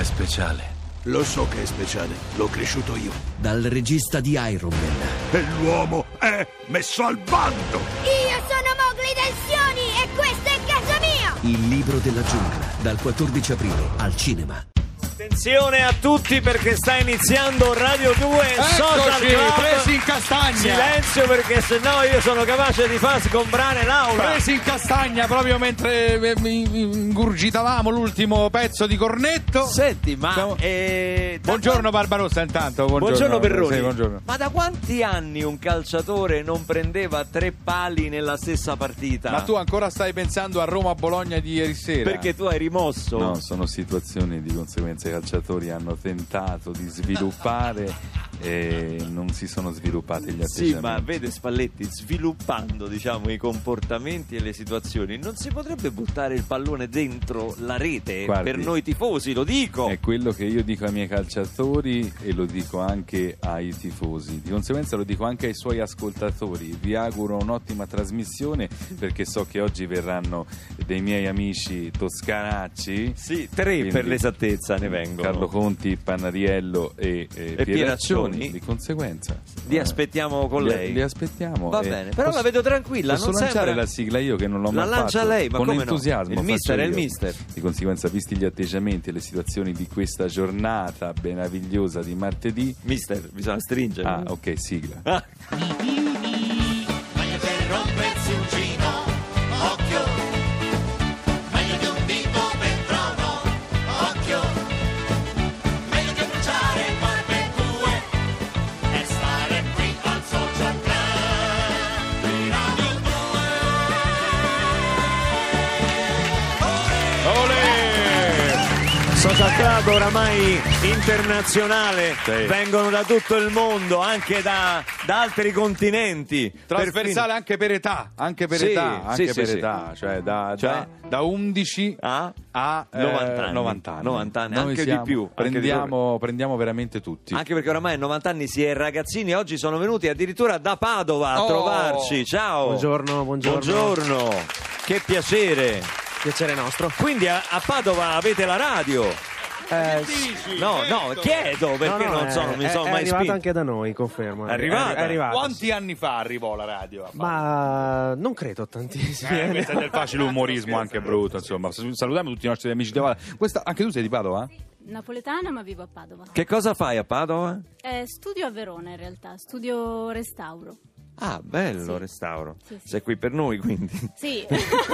è speciale. Lo so che è speciale, l'ho cresciuto io. Dal regista di Iron Man. E l'uomo è messo al bando! Io sono Mowgli del Sioni e questa è casa mia! Il libro della giungla, dal 14 aprile al cinema. Attenzione a tutti perché sta iniziando Radio 2 Social Club. Presi in castagna. Silenzio perché sennò io sono capace di far sgombrare l'aula. Presi in castagna proprio mentre ingurgitavamo l'ultimo pezzo di cornetto. Senti, ma buongiorno Barbarossa intanto. Buongiorno Perroni. Sì, buongiorno. Ma da quanti anni un calciatore non prendeva 3 pali nella stessa partita? Ma tu ancora stai pensando a Roma-Bologna di ieri sera? Perché tu hai rimosso? No, sono situazioni di conseguenza. I calciatori hanno tentato di sviluppare e non si sono sviluppati gli atteggiamenti. Sì, ma vede Spalletti, sviluppando diciamo i comportamenti e le situazioni, non si potrebbe buttare il pallone dentro la rete? Guardi, per noi tifosi, lo dico. È quello che io dico ai miei calciatori e lo dico anche ai tifosi. Di conseguenza lo dico anche ai suoi ascoltatori. Vi auguro un'ottima trasmissione perché so che oggi verranno dei miei amici toscanacci. Sì, 3 per l'esattezza ne vengono. Carlo Conti, Pannariello e Pieraccioni. Di conseguenza li aspettiamo con lei. Li aspettiamo. Va bene, però la vedo tranquilla. Posso non lanciare sembra... la sigla io che non l'ho mai fatto? La lancia lei, ma con come entusiasmo. No? Il mister è il mister. Di conseguenza, visti gli atteggiamenti e le situazioni di questa giornata meravigliosa di martedì. Mister, bisogna stringere. Ah, ok, sigla. Meglio per rompersi un gino, occhio. Meglio di un dito per trono, occhio. Meglio che bruciare barbecue e stare qui al Social Club di Radio 2. Olè! Social Club oramai internazionale, sì. Vengono da tutto il mondo, anche da altri continenti. Trasversale anche per età, Sì, età, cioè da 11 a 90 anni. 90 anni, Noi anche di più. prendiamo veramente tutti. Anche perché oramai a 90 anni si è ragazzini, oggi sono venuti addirittura da Padova a trovarci. Ciao. Buongiorno. Che piacere. Piacere nostro. Quindi a Padova avete la radio? No, chiedo perché non mi sono mai arrivato spinto. anche da noi, confermo. È arrivata? Quanti anni fa arrivò la radio? Ma non credo tantissimi. Questo è del facile umorismo anche brutto, insomma. Salutiamo tutti i nostri amici di Padova. Anche tu sei di Padova? Napoletana, ma vivo a Padova. Che cosa fai a Padova? Studio a Verona in realtà, studio restauro. Ah, bello, Sì. restauro. Sì. Sei qui per noi, quindi. Sì,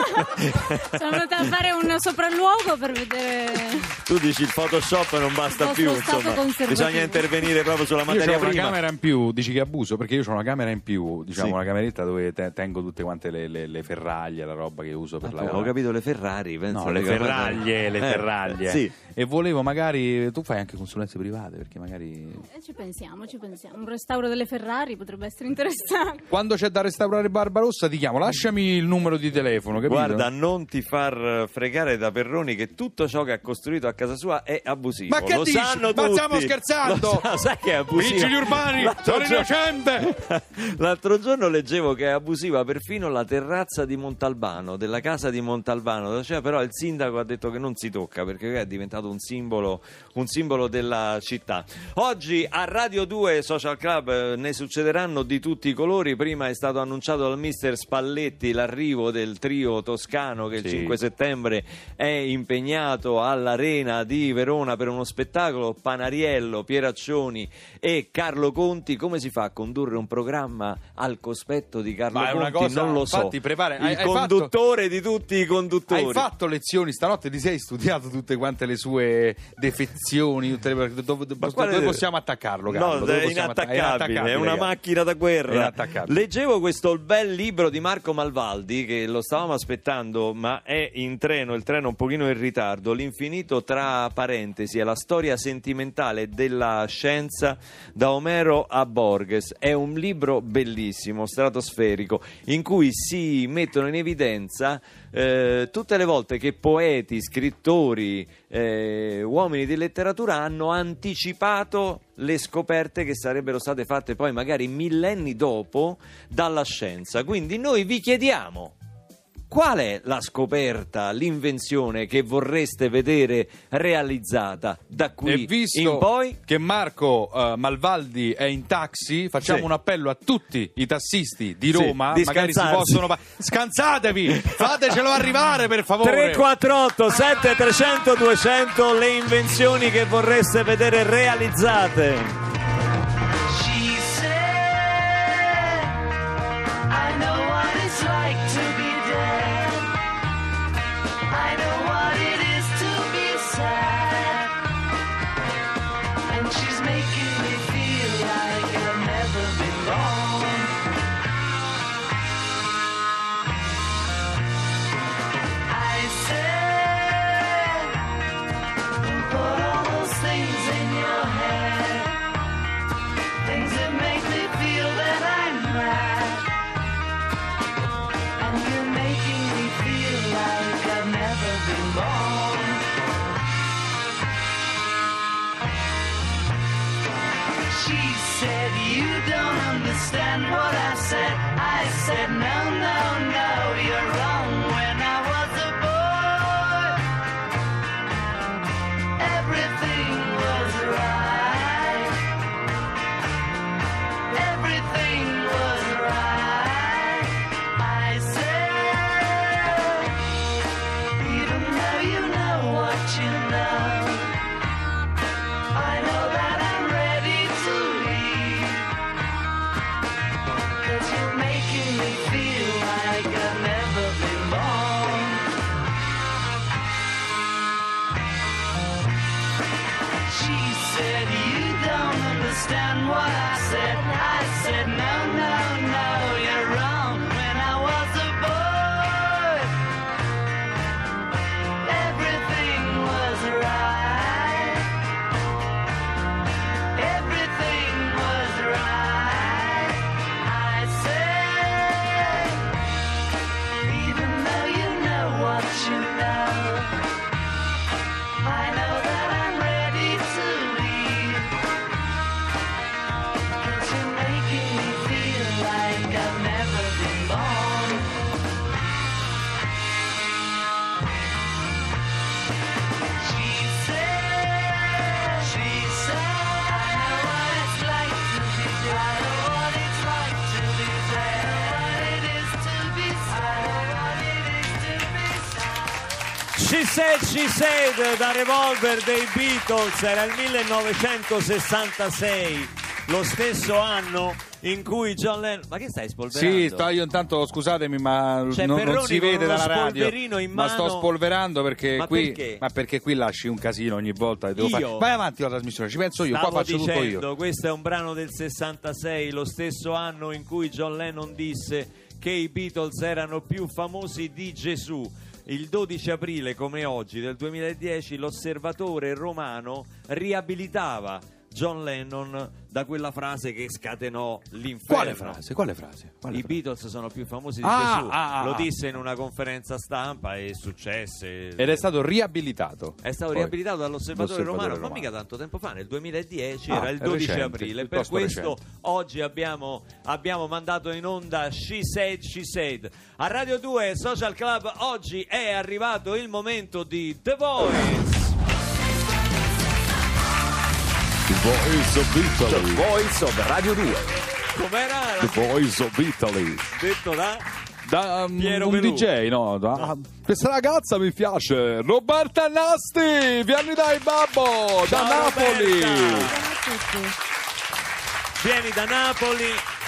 sono venuta a fare un sopralluogo per vedere. Tu dici il Photoshop non basta Il più, vostro stato insomma. conservativo. Bisogna intervenire proprio sulla Io materia ho una prima. camera in più, dici che abuso? Perché io ho una camera in più, diciamo Sì. una cameretta dove tengo tutte quante le ferraglie, la roba che uso per lavorare. Ho capito le Ferrari, penso. No, le ferraglie. Sì. E volevo magari, tu fai anche consulenze private perché magari... Ci pensiamo. Un restauro delle Ferrari potrebbe essere interessante. Quando c'è da restaurare Barbarossa ti chiamo, lasciami il numero di telefono, capito? Guarda, non ti far fregare da Perroni che tutto ciò che ha costruito a casa sua è abusivo. Ma che lo dici? sanno Ma tutti. stiamo scherzando? Sai che è abusivo? Vigili urbani, sono innocente! L'altro giorno leggevo che è abusiva perfino la terrazza di Montalbano, della casa di Montalbano, cioè, però il sindaco ha detto che non si tocca perché è diventato un simbolo della città. Oggi a Radio 2 Social Club ne succederanno di tutti i colori. Prima è stato annunciato dal mister Spalletti l'arrivo del trio toscano che il 5 settembre è impegnato all'Arena di Verona per uno spettacolo. Pannariello, Pieraccioni e Carlo Conti. Come si fa a condurre un programma al cospetto di Carlo Conti? Una cosa, non lo so. infatti, Il conduttore di tutti i conduttori. Hai fatto lezioni stanotte, ti sei studiato tutte quante le sue defezioni, dove possiamo attaccarlo, Carlo? No, è inattaccabile, è una macchina da guerra. Leggevo questo bel libro di Marco Malvaldi che lo stavamo aspettando, ma è in treno, il treno un pochino in ritardo. L'infinito tra parentesi è la storia sentimentale della scienza da Omero a Borges. È un libro bellissimo, stratosferico, in cui si mettono in evidenza tutte le volte che poeti, scrittori, uomini di letteratura hanno anticipato le scoperte che sarebbero state fatte poi magari millenni dopo dalla scienza. Quindi noi vi chiediamo: qual è la scoperta, l'invenzione che vorreste vedere realizzata da qui E visto in poi? che Marco Malvaldi è in taxi, facciamo Sì. un appello a tutti i tassisti di Roma, di magari si scansarsi. possono scansatevi, fatecelo arrivare per favore. 348 7300 200 le invenzioni che vorreste vedere realizzate. She said, I know what it's like to be dead. I know what it is to be sad. And she's making me feel like I've never been born. I said, put all those things in your head. Things that make me feel that I'm mad. And you're making me feel like I've never been born. She said, you don't understand what I said. I said, no, no, no, you're wrong. When I was a boy, everything was right. Everything was right. I said, even though you know what you know, I know that I'm ready to leave. 'Cause you're making me feel like I've never been born. She said, you don't understand what I said. I said, no, no, no, you're wrong. When I was a boy, everything was right. Everything was right. I said, even though you know what you know, I know that I'm ready to leave. 'Cause you're making me feel like I've never been born. She said, I know what it's like to be dead. I know what it's like to be dead. I know what it is to be sad. I know what it is to be sad. She said da Revolver dei Beatles, era il 1966, lo stesso anno in cui John Lennon... Ma che stai spolverando? Sì, io intanto scusatemi, ma C'è non Perroni si vede con uno dalla radio. spolverino in Ma mano. sto spolverando perché Ma qui. perché? Ma perché qui lasci un casino ogni volta. E devo Io? fare. Vai avanti la trasmissione, ci penso io, Stavo qua faccio tutto dicendo, io. questo è un brano del 66, lo stesso anno in cui John Lennon disse che i Beatles erano più famosi di Gesù. Il 12 aprile, come oggi, del 2010, l'Osservatore romano riabilitava John Lennon da quella frase che scatenò l'inferno. Quale frase? I Beatles sono più famosi di Ah, Gesù. ah, ah. Lo disse in una conferenza stampa e successe. Ed è stato riabilitato. È stato Poi. riabilitato dall'Osservatore L'Osservatore romano, ma romano. mica tanto tempo fa, nel 2010, Ah, era il è 12 recente, aprile. Per piuttosto questo recente. oggi abbiamo mandato in onda She Said. A Radio 2 Social Club oggi è arrivato il momento di The Voice. Voice of Italy. Voice of Radio 2. Com'era The Voice of Italy. detto da... Da Piero un Pelù. DJ, no? Questa ragazza mi piace. Roberta Nasti, vieni dai babbo, da Ciao, Napoli. Roberta. Buongiorno a tutti. Vieni da Napoli.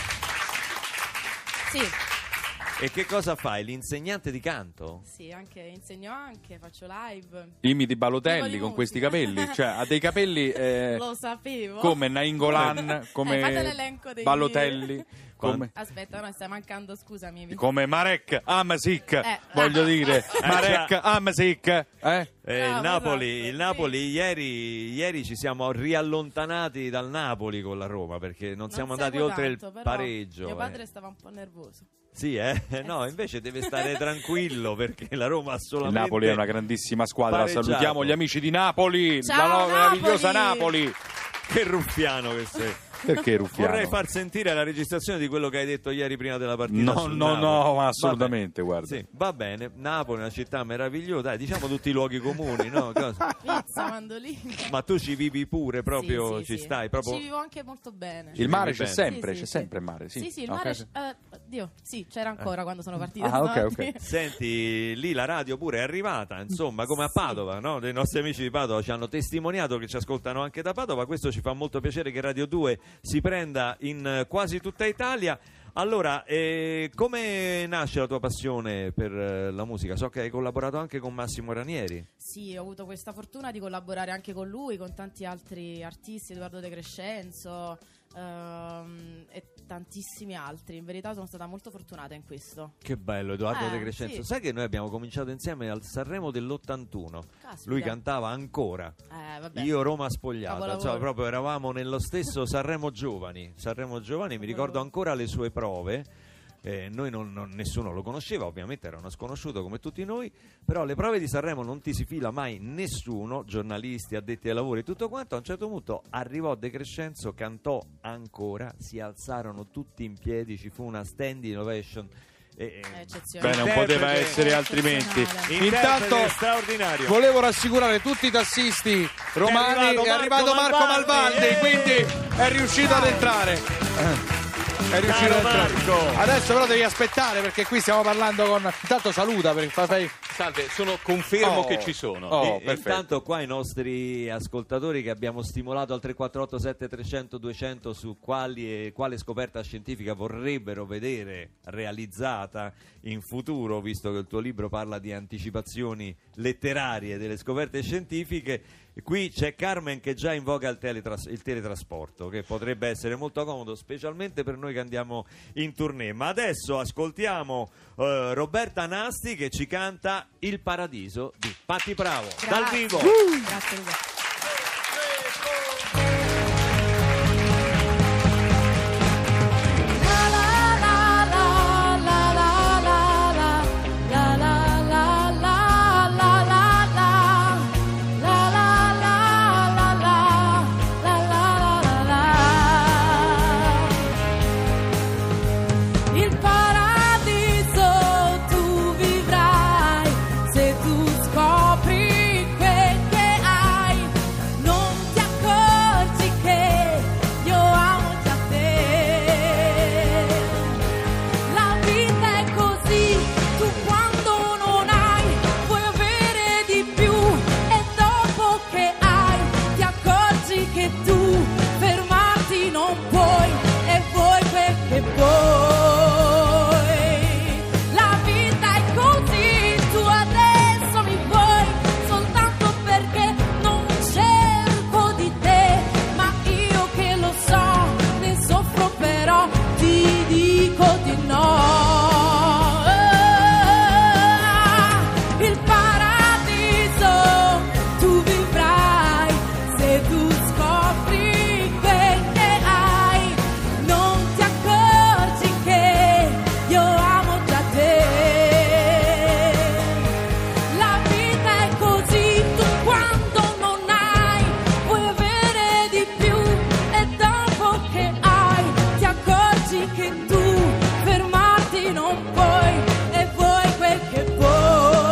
Sì, E che cosa fai? L'insegnante di canto? sì, insegno anche, faccio live. Imiti Balotelli Tipo di con questi musica. capelli, cioè ha dei capelli Lo sapevo. come Nainggolan, fate come l'elenco dei Balotelli, come, Aspetta, no, stai mancando, scusami. come Marek Hamsik, voglio ah. dire, Marek Hamsik, Il Bravo, Napoli, esatto, il Napoli ieri ci siamo riallontanati dal Napoli con la Roma perché non siamo andati seguo oltre tanto, il però pareggio. Mio padre stava un po' nervoso. Sì, no, invece deve stare tranquillo perché la Roma ha Il solamente Napoli è una grandissima squadra, pareggiato. Salutiamo gli amici di Napoli, Ciao, la meravigliosa Napoli! Napoli. Che ruffiano che sei. Perché ruffiano? Vorrei far sentire la registrazione di quello che hai detto ieri prima della partita. No, sul no, Napoli. no, ma assolutamente, guarda. Sì, va bene. Napoli è una città meravigliosa. Dai, diciamo tutti i luoghi comuni, no? Cosa? Pizza, mandolino. Ma tu ci vivi pure, proprio Sì, ci sì. stai proprio. Ci vivo anche molto bene. Il mare c'è bene. sempre, Sì, c'è sì, sempre il mare. Sì, Sì, il Ok. mare. Sì, c'era ancora quando sono partita. Ah, ok, stamattina. ok. Senti, lì la radio pure è arrivata, insomma, come a Padova, no? Dei nostri amici di Padova ci hanno testimoniato che ci ascoltano anche da Padova. Questo ci fa molto piacere che Radio 2 si prenda in quasi tutta Italia. Allora, come nasce la tua passione per la musica? So che hai collaborato anche con Massimo Ranieri. Sì, ho avuto questa fortuna di collaborare anche con lui, con tanti altri artisti, Edoardo De Crescenzo e tantissimi altri. In verità sono stata molto fortunata in questo. Che bello, Edoardo De Crescenzo. Sì. Sai che noi abbiamo cominciato insieme al Sanremo dell'81. Caspita. Lui cantava ancora. Vabbè. Io Roma spogliata, Capolavoro. cioè, proprio eravamo nello stesso Sanremo Giovani, mi ricordo ancora le sue prove. Noi nessuno lo conosceva, ovviamente era uno sconosciuto come tutti noi, però le prove di Sanremo non ti si fila mai nessuno, giornalisti, addetti ai lavori, tutto quanto. A un certo punto arrivò De Crescenzo, cantò ancora, si alzarono tutti in piedi, ci fu una standing ovation. Eccezionale. Beh, non poteva essere altrimenti. Intanto straordinario. Volevo rassicurare tutti i tassisti romani, è arrivato Marco Malvaldi, quindi è riuscito ad entrare. È riuscito ad entrare. Marco. Adesso però devi aspettare perché qui stiamo parlando con... Intanto saluta perché fai... Salve, confermo che ci sono. Perfetto. Intanto qua i nostri ascoltatori che abbiamo stimolato al 348 7300 200 su quale scoperta scientifica vorrebbero vedere realizzata in futuro, visto che il tuo libro parla di anticipazioni letterarie delle scoperte scientifiche. Qui c'è Carmen che già invoca il teletrasporto, che potrebbe essere molto comodo, specialmente per noi che andiamo in tournée. Ma adesso ascoltiamo Roberta Nasti che ci canta Il Paradiso di Patti Bravo, dal vivo. Grazie Luca. Il paradiso tu vivrai se tu scopri quel che hai, non ti accorgi che io amo già te. La vita è così, tu quando non hai vuoi avere di più e dopo che hai ti accorgi che tu fermarti non puoi e vuoi quel che vuoi. La vita è così, tu adesso mi vuoi soltanto perché non cerco di te, ma io che lo so, ne soffro però ti dico di no. Il paradiso tu vivrai se tu scopri quel che hai, non ti accorgi che io amo già te. La vita è così, tu quando non hai vuoi avere di più e dopo che hai ti accorgi che tu fermarti non puoi e vuoi quel che vuoi.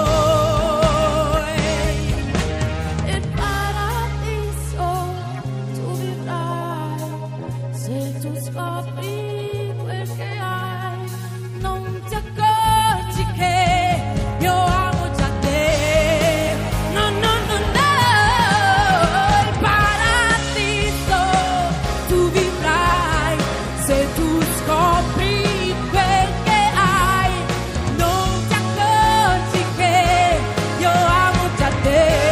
Il paradiso tu vivrai se tu scopri quel che hai, non ti accorgi che io amo già te. No, no, no, no. Il paradiso tu vivrai se tu scopri quel che hai, non ti accorgi che io amo già te.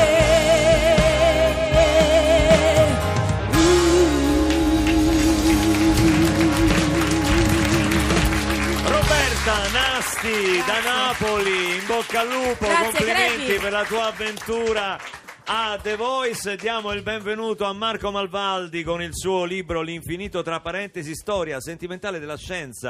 Roberta Nasti da Napoli, in bocca al lupo, Grazie, complimenti Crepi. per la tua avventura a The Voice. Diamo il benvenuto a Marco Malvaldi con il suo libro L'infinito tra parentesi, storia sentimentale della scienza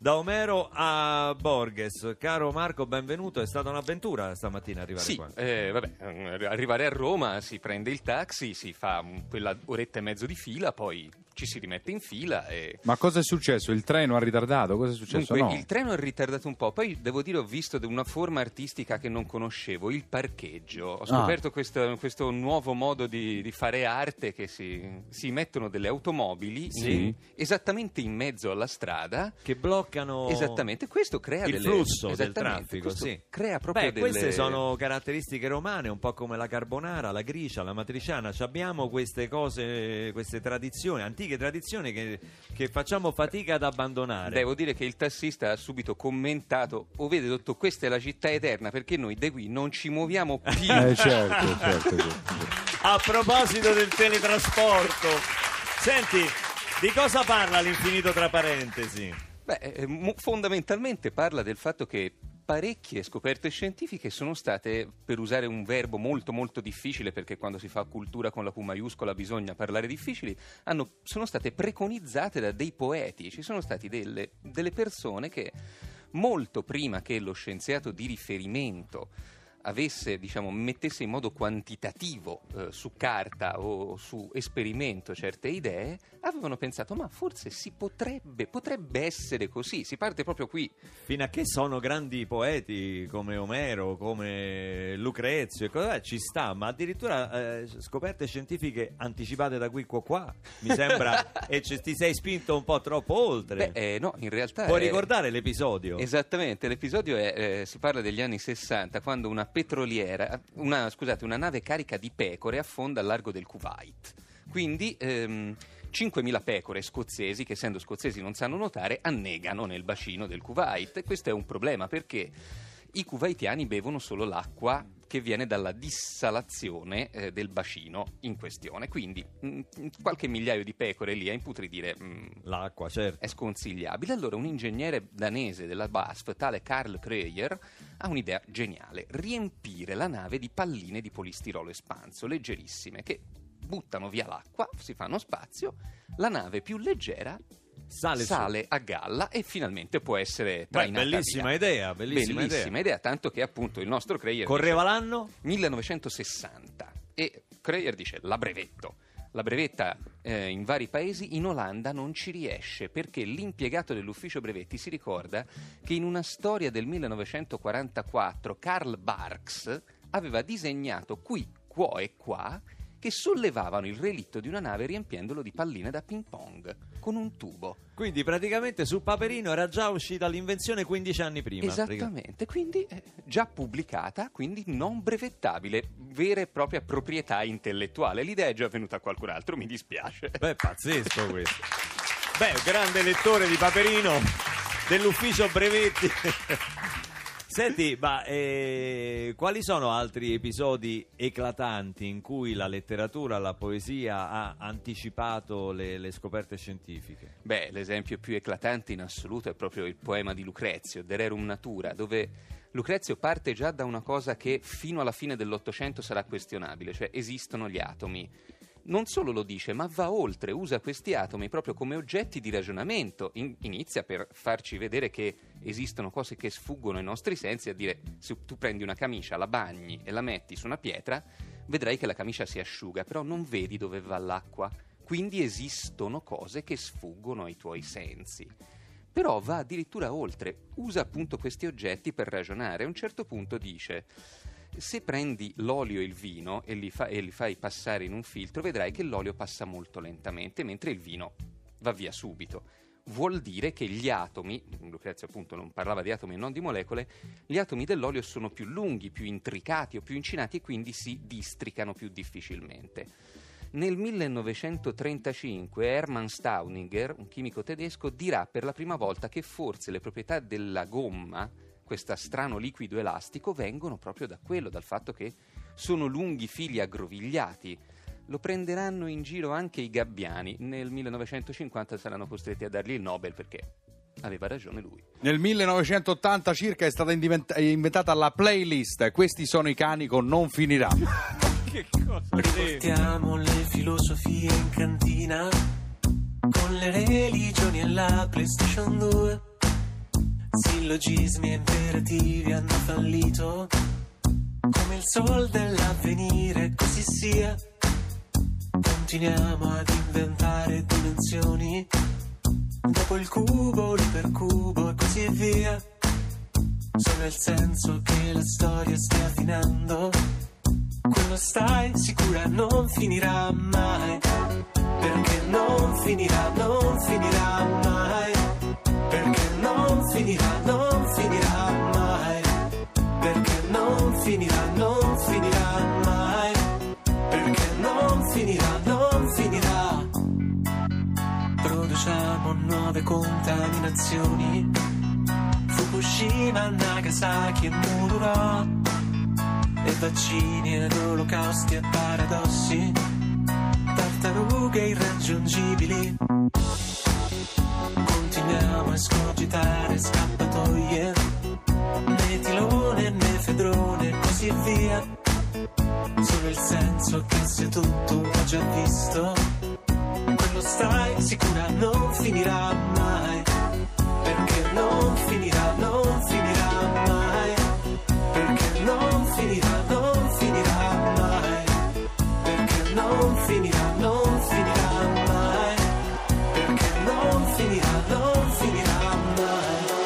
da Omero a Borges. Caro Marco, benvenuto, è stata un'avventura stamattina arrivare Sì, qua. arrivare a Roma, si prende il taxi, si fa quella oretta e mezzo di fila, poi ci si rimette in fila e... Ma cosa è successo? Il treno ha ritardato? Cosa è successo? Dunque, No. il treno è ritardato un po', poi devo dire ho visto una forma artistica che non conoscevo, il parcheggio. Ho scoperto questo nuovo modo di fare arte, che si mettono delle automobili esattamente in mezzo alla strada che bloccano esattamente, questo crea il flusso del traffico, sì. Crea proprio queste sono caratteristiche romane, un po' come la carbonara, la gricia, la matriciana. Abbiamo queste cose, queste tradizioni, antiche tradizioni che facciamo fatica ad abbandonare. Devo dire che il tassista ha subito commentato: "Oh, vede dottor, questa è la città eterna, perché noi da qui non ci muoviamo più". Certo. A proposito del teletrasporto, senti, di cosa parla l'infinito tra parentesi? Fondamentalmente parla del fatto che parecchie scoperte scientifiche sono state, per usare un verbo molto molto difficile, perché quando si fa cultura con la Q maiuscola bisogna parlare difficili, sono state preconizzate da dei poeti. Ci sono stati delle persone che molto prima che lo scienziato di riferimento mettesse in modo quantitativo su carta o su esperimento certe idee, avevano pensato: ma forse potrebbe essere così. Si parte proprio qui. Fino a che sono grandi poeti come Omero, come Lucrezio e cos'è, ci sta, ma addirittura scoperte scientifiche anticipate da qui qua, mi sembra, e ti sei spinto un po' troppo oltre. No, in realtà puoi ricordare l'episodio? Esattamente, l'episodio si parla degli anni 60, quando una nave carica di pecore affonda al largo del Kuwait. Quindi 5.000 pecore scozzesi, che essendo scozzesi non sanno nuotare, annegano nel bacino del Kuwait. E questo è un problema, perché i kuwaitiani bevono solo l'acqua che viene dalla dissalazione del bacino in questione. Quindi qualche migliaio di pecore lì a imputridire l'acqua, certo, è sconsigliabile. Allora un ingegnere danese della BASF, tale Karl Kreuer, ha un'idea geniale: riempire la nave di palline di polistirolo espanso leggerissime, che buttano via l'acqua, si fanno spazio, la nave più leggera sale a galla e finalmente può essere trainata bellissima via. Bellissima idea, tanto che appunto il nostro Kreuer correva l'anno 1960 e Kreuer dice: la brevetta in vari paesi, in Olanda non ci riesce, perché l'impiegato dell'ufficio brevetti si ricorda che in una storia del 1944 Karl Barks aveva disegnato qui, qua e qua, che sollevavano il relitto di una nave riempiendolo di palline da ping pong con un tubo. Quindi praticamente su Paperino era già uscita l'invenzione 15 anni prima. Esattamente, quindi già pubblicata, quindi non brevettabile, vera e propria proprietà intellettuale. L'idea è già venuta a qualcun altro, mi dispiace. Pazzesco questo. Grande lettore di Paperino dell'ufficio brevetti. Senti, quali sono altri episodi eclatanti in cui la letteratura, la poesia ha anticipato le scoperte scientifiche? L'esempio più eclatante in assoluto è proprio il poema di Lucrezio, De Rerum Natura, dove Lucrezio parte già da una cosa che fino alla fine dell'Ottocento sarà questionabile, cioè esistono gli atomi. Non solo lo dice, ma va oltre, usa questi atomi proprio come oggetti di ragionamento. Inizia per farci vedere che esistono cose che sfuggono ai nostri sensi, a dire: se tu prendi una camicia, la bagni e la metti su una pietra, vedrai che la camicia si asciuga, però non vedi dove va l'acqua. Quindi esistono cose che sfuggono ai tuoi sensi. Però va addirittura oltre, usa appunto questi oggetti per ragionare. A un certo punto dice: se prendi l'olio e il vino e li fai passare in un filtro, vedrai che l'olio passa molto lentamente, mentre il vino va via subito. Vuol dire che gli atomi, Lucrezio appunto non parlava di atomi e non di molecole, gli atomi dell'olio sono più lunghi, più intricati o più incinati e quindi si districano più difficilmente. Nel 1935 Hermann Staudinger, un chimico tedesco, dirà per la prima volta che forse le proprietà della gomma, questo strano liquido elastico, vengono proprio da quello, dal fatto che sono lunghi fili aggrovigliati. Lo prenderanno in giro anche i gabbiani. Nel 1950 saranno costretti a dargli il Nobel perché aveva ragione lui. Nel 1980 circa è stata inventata la playlist. Questi sono i cani con Non finirà. Che cosa? Riportiamo le filosofie in cantina con le religioni e la PlayStation 2. sillogismi e imperativi hanno fallito, come il sol dell'avvenire, così sia. Continuiamo ad inventare dimensioni, dopo il cubo, l'ipercubo e così via. Solo il senso che la storia stia finendo, quello stai sicura non finirà mai, perché non finirà, non finirà mai, perché non finirà, non finirà mai, perché non finirà, non finirà mai, perché non finirà, non finirà. Produciamo nuove contaminazioni, Fukushima, Nagasaki e Mururo, e vaccini ed olocausti e paradossi, tartarughe irraggiungibili. Continuiamo a escogitare scappatoie, metilone, nefedrone e così via. Solo il senso che sia tutto ho già visto, quello stai sicura non finirà mai, perché non finirà, non finirà mai, perché non finirà, non finirà mai, perché non finirà, non finirà mai, perché non finirà, non finirà mai.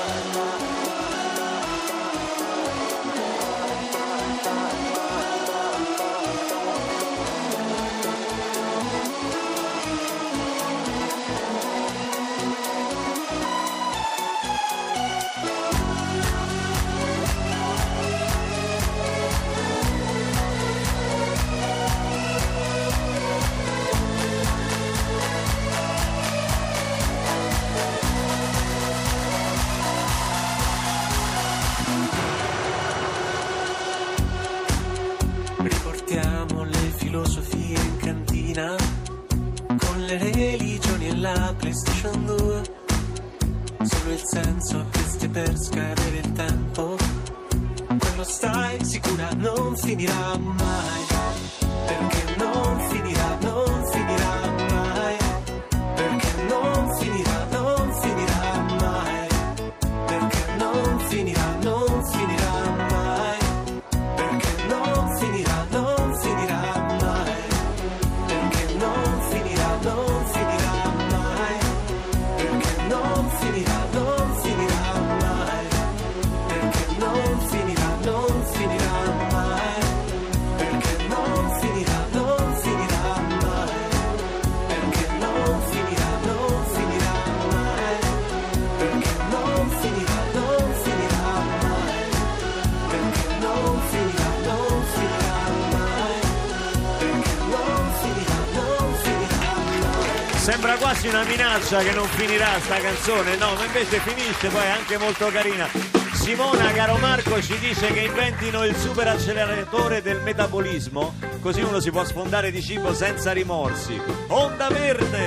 Riportiamo le filosofie in cantina, con le religioni e la PlayStation 2. Solo il senso che stia per scadere il tempo, quello stai sicura non finirà mai, perché non finirà, non finirà mai, perché non finirà, non finirà mai, perché non finirà, non finirà mai, perché non finirà, non finirà mai, perché non finirà, non finirà mai, perché non finirà, non finirà mai, perché non finirà, non finirà mai, perché non finirà, non finirà mai, perché non finirà, non finirà mai, perché non finirà, non finirà mai, perché non finirà, non finirà mai, perché non finirà, non finirà mai. Sembra quasi una minaccia che non finirà sta canzone, no, ma invece finisce, poi è anche molto carina. Simona, caro Marco, ci dice che inventino il super acceleratore del metabolismo, così uno si può sfondare di cibo senza rimorsi. Onda Verde!